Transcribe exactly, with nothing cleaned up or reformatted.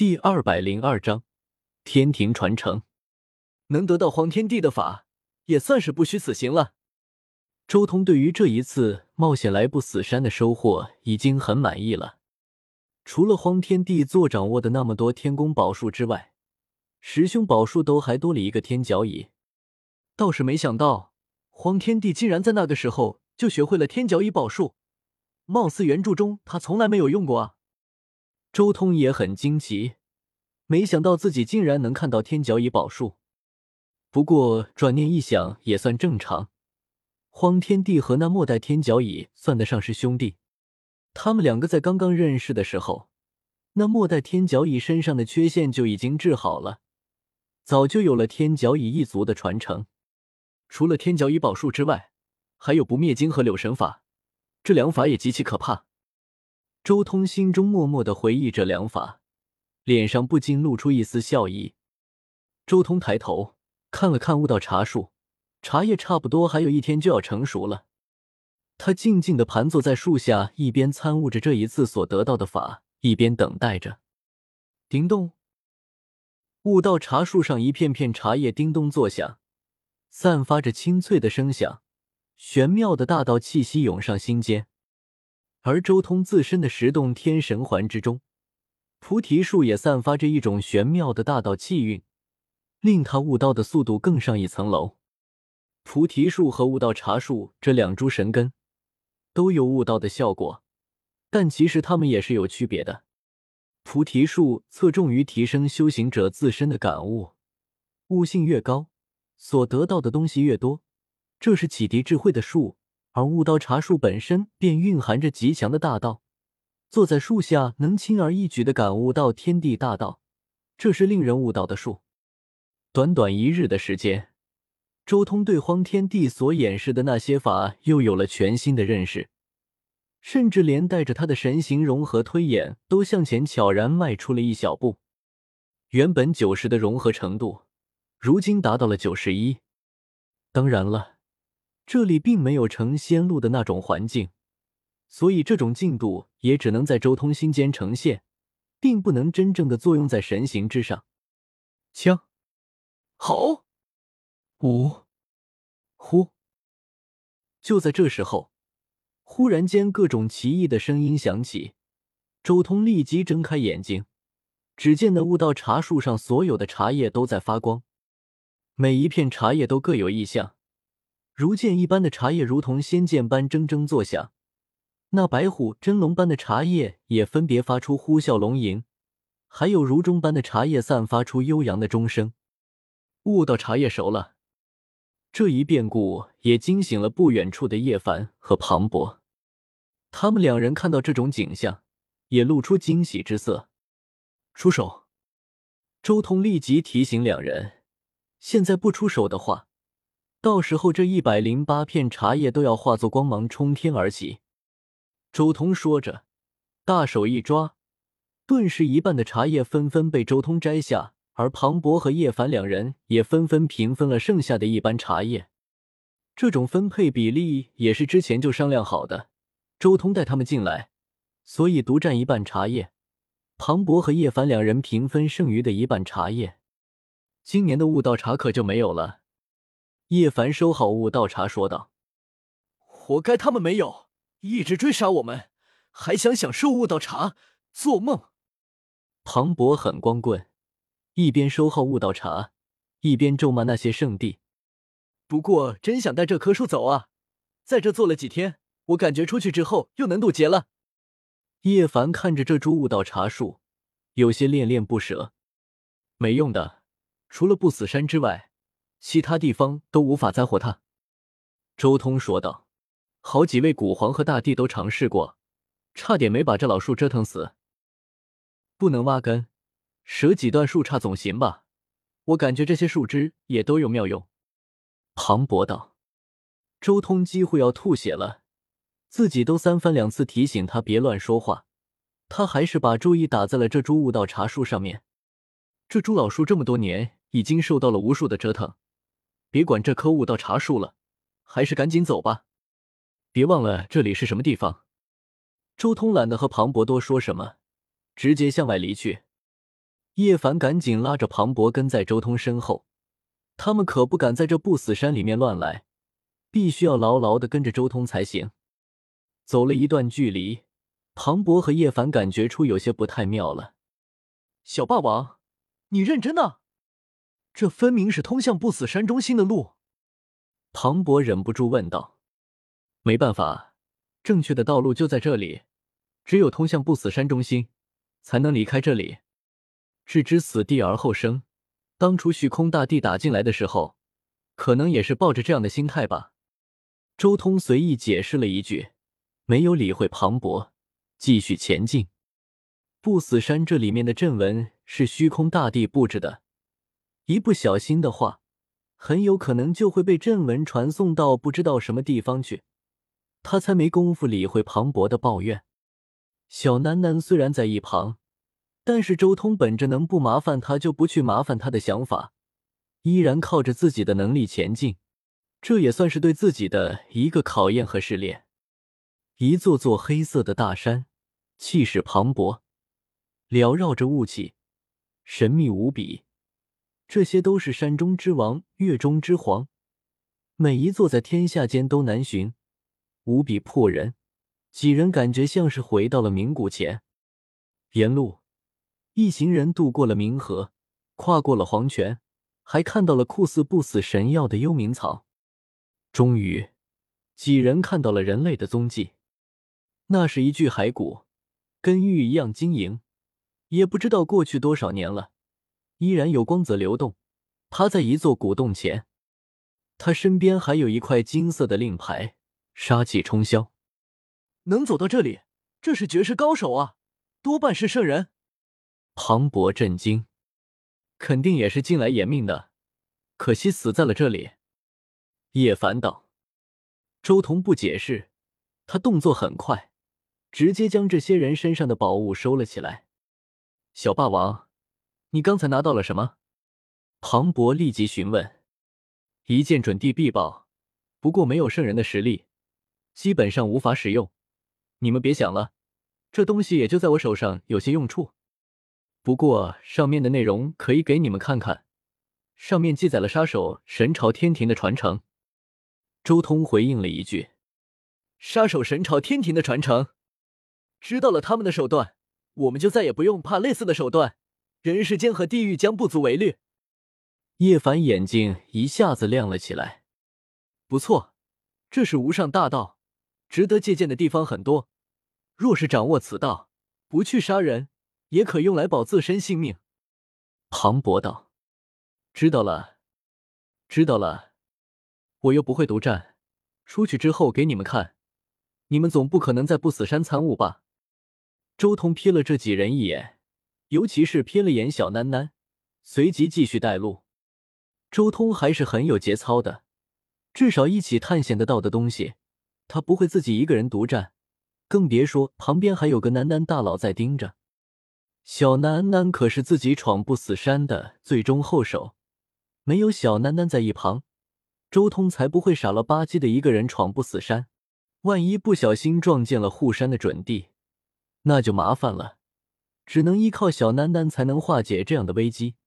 第二百零二章天庭传承。能得到荒天帝的法，也算是不虚此行了。周通对于这一次冒险来不死山的收获已经很满意了。除了荒天帝所掌握的那么多天宫宝术之外，十凶宝术都还多了一个天角椅。倒是没想到，荒天帝竟然在那个时候就学会了天角椅宝术，貌似原著中他从来没有用过啊。周通也很惊奇，没想到自己竟然能看到天角椅宝术。不过转念一想也算正常，荒天帝和那末代天角椅算得上是兄弟，他们两个在刚刚认识的时候，那末代天角椅身上的缺陷就已经治好了，早就有了天角椅一族的传承。除了天角椅宝术之外，还有不灭经和柳神法，这两法也极其可怕。周通心中默默地回忆着两法，脸上不禁露出一丝笑意。周通抬头看了看悟道茶树，茶叶差不多还有一天就要成熟了。他静静地盘坐在树下，一边参悟着这一次所得到的法，一边等待着。叮咚，悟道茶树上一片片茶叶叮咚作响，散发着清脆的声响，玄妙的大道气息涌上心间。而周通自身的十洞天神环之中，菩提树也散发着一种玄妙的大道气韵，令他悟道的速度更上一层楼。菩提树和悟道茶树这两株神根都有悟道的效果，但其实它们也是有区别的。菩提树侧重于提升修行者自身的感悟，悟性越高，所得到的东西越多，这是启迪智慧的树。而悟道茶树本身便蕴含着极强的大道，坐在树下能轻而易举地感悟到天地大道，这是令人悟道的树。短短一日的时间，周通对荒天帝所演示的那些法又有了全新的认识，甚至连带着他的神形融合推演都向前悄然迈出了一小步。原本九十的融合程度，如今达到了九十一。当然了，这里并没有成仙路的那种环境，所以这种进度也只能在周通心间呈现，并不能真正的作用在神形之上。枪，吼，呜，呼。就在这时候，忽然间各种奇异的声音响起，周通立即睁开眼睛，只见那悟道茶树上所有的茶叶都在发光，每一片茶叶都各有异象。如剑一般的茶叶如同仙剑般铮铮作响，那白虎真龙般的茶叶也分别发出呼啸龙吟，还有如钟般的茶叶散发出悠扬的钟声。悟道茶叶熟了。这一变故也惊醒了不远处的叶凡和庞博，他们两人看到这种景象，也露出惊喜之色。出手！周通立即提醒两人，现在不出手的话，到时候这一百零八片茶叶都要化作光芒冲天而起。周通说着，大手一抓，顿时一半的茶叶纷纷被周通摘下，而庞博和叶凡两人也纷纷平分了剩下的一半茶叶。这种分配比例也是之前就商量好的，周通带他们进来，所以独占一半茶叶，庞博和叶凡两人平分剩余的一半茶叶。今年的悟道茶可就没有了。叶凡收好悟道茶说道：活该他们没有，一直追杀我们，还想享受悟道茶，做梦。庞博很光棍，一边收好悟道茶，一边咒骂那些圣地。不过真想带这棵树走啊，在这坐了几天，我感觉出去之后又能渡劫了。叶凡看着这株悟道茶树，有些恋恋不舍。没用的，除了不死山之外，其他地方都无法灾祸它。周通说道，好几位古皇和大帝都尝试过，差点没把这老树折腾死。不能挖根，折几段树杈总行吧，我感觉这些树枝也都有妙用。庞博道。周通几乎要吐血了，自己都三番两次提醒他别乱说话，他还是把注意打在了这株悟道茶树上面。这株老树这么多年已经受到了无数的折腾，别管这棵悟道茶树了，还是赶紧走吧。别忘了这里是什么地方。周通懒得和庞博多说什么，直接向外离去。 叶凡赶紧拉着庞博跟在周通身后，他们可不敢在这不死山里面乱来，必须要牢牢地跟着周通才行。走了一段距离，庞博和叶凡感觉出有些不太妙了。小霸王，你认真的？这分明是通向不死山中心的路。庞博忍不住问道。没办法，正确的道路就在这里，只有通向不死山中心，才能离开这里。置之死地而后生，当初虚空大帝打进来的时候，可能也是抱着这样的心态吧。周通随意解释了一句，没有理会庞博，继续前进。不死山这里面的阵纹是虚空大帝布置的，一不小心的话，很有可能就会被阵纹传送到不知道什么地方去。他才没工夫理会庞博的抱怨。小楠楠虽然在一旁，但是周通本着能不麻烦他就不去麻烦他的想法，依然靠着自己的能力前进，这也算是对自己的一个考验和试炼。一座座黑色的大山，气势磅礴，缭绕着雾气，神秘无比。这些都是山中之王，月中之皇，每一座在天下间都难寻，无比迫人，几人感觉像是回到了冥谷前。沿路，一行人渡过了冥河，跨过了黄泉，还看到了酷似不死神药的幽冥草。终于，几人看到了人类的踪迹。那是一具骸骨，跟玉一样晶莹，也不知道过去多少年了，依然有光泽流动，趴在一座古洞前。他身边还有一块金色的令牌，杀气冲霄。能走到这里，这是绝世高手啊，多半是圣人。庞博震惊，肯定也是进来掩命的，可惜死在了这里。叶凡道。周彤不解释，他动作很快，直接将这些人身上的宝物收了起来。小霸王，你刚才拿到了什么？庞博立即询问。一件准地秘宝，不过没有圣人的实力，基本上无法使用。你们别想了，这东西也就在我手上有些用处。不过上面的内容可以给你们看看，上面记载了杀手神朝天庭的传承。周通回应了一句：杀手神朝天庭的传承，知道了他们的手段，我们就再也不用怕类似的手段，人世间和地狱将不足为虑。叶凡眼睛一下子亮了起来。不错，这是无上大道，值得借鉴的地方很多，若是掌握此道，不去杀人，也可用来保自身性命。庞博道。知道了，知道了。我又不会独占，出去之后给你们看，你们总不可能在不死山参悟吧？周通瞥了这几人一眼，尤其是瞥了眼小囡囡，随即继续带路。周通还是很有节操的，至少一起探险得到的东西，他不会自己一个人独占，更别说旁边还有个囡囡大佬在盯着。小囡囡可是自己闯不死山的最终后手，没有小囡囡在一旁，周通才不会傻了吧唧的一个人闯不死山，万一不小心撞见了护山的准地，那就麻烦了，只能依靠小囡囡才能化解这样的危机。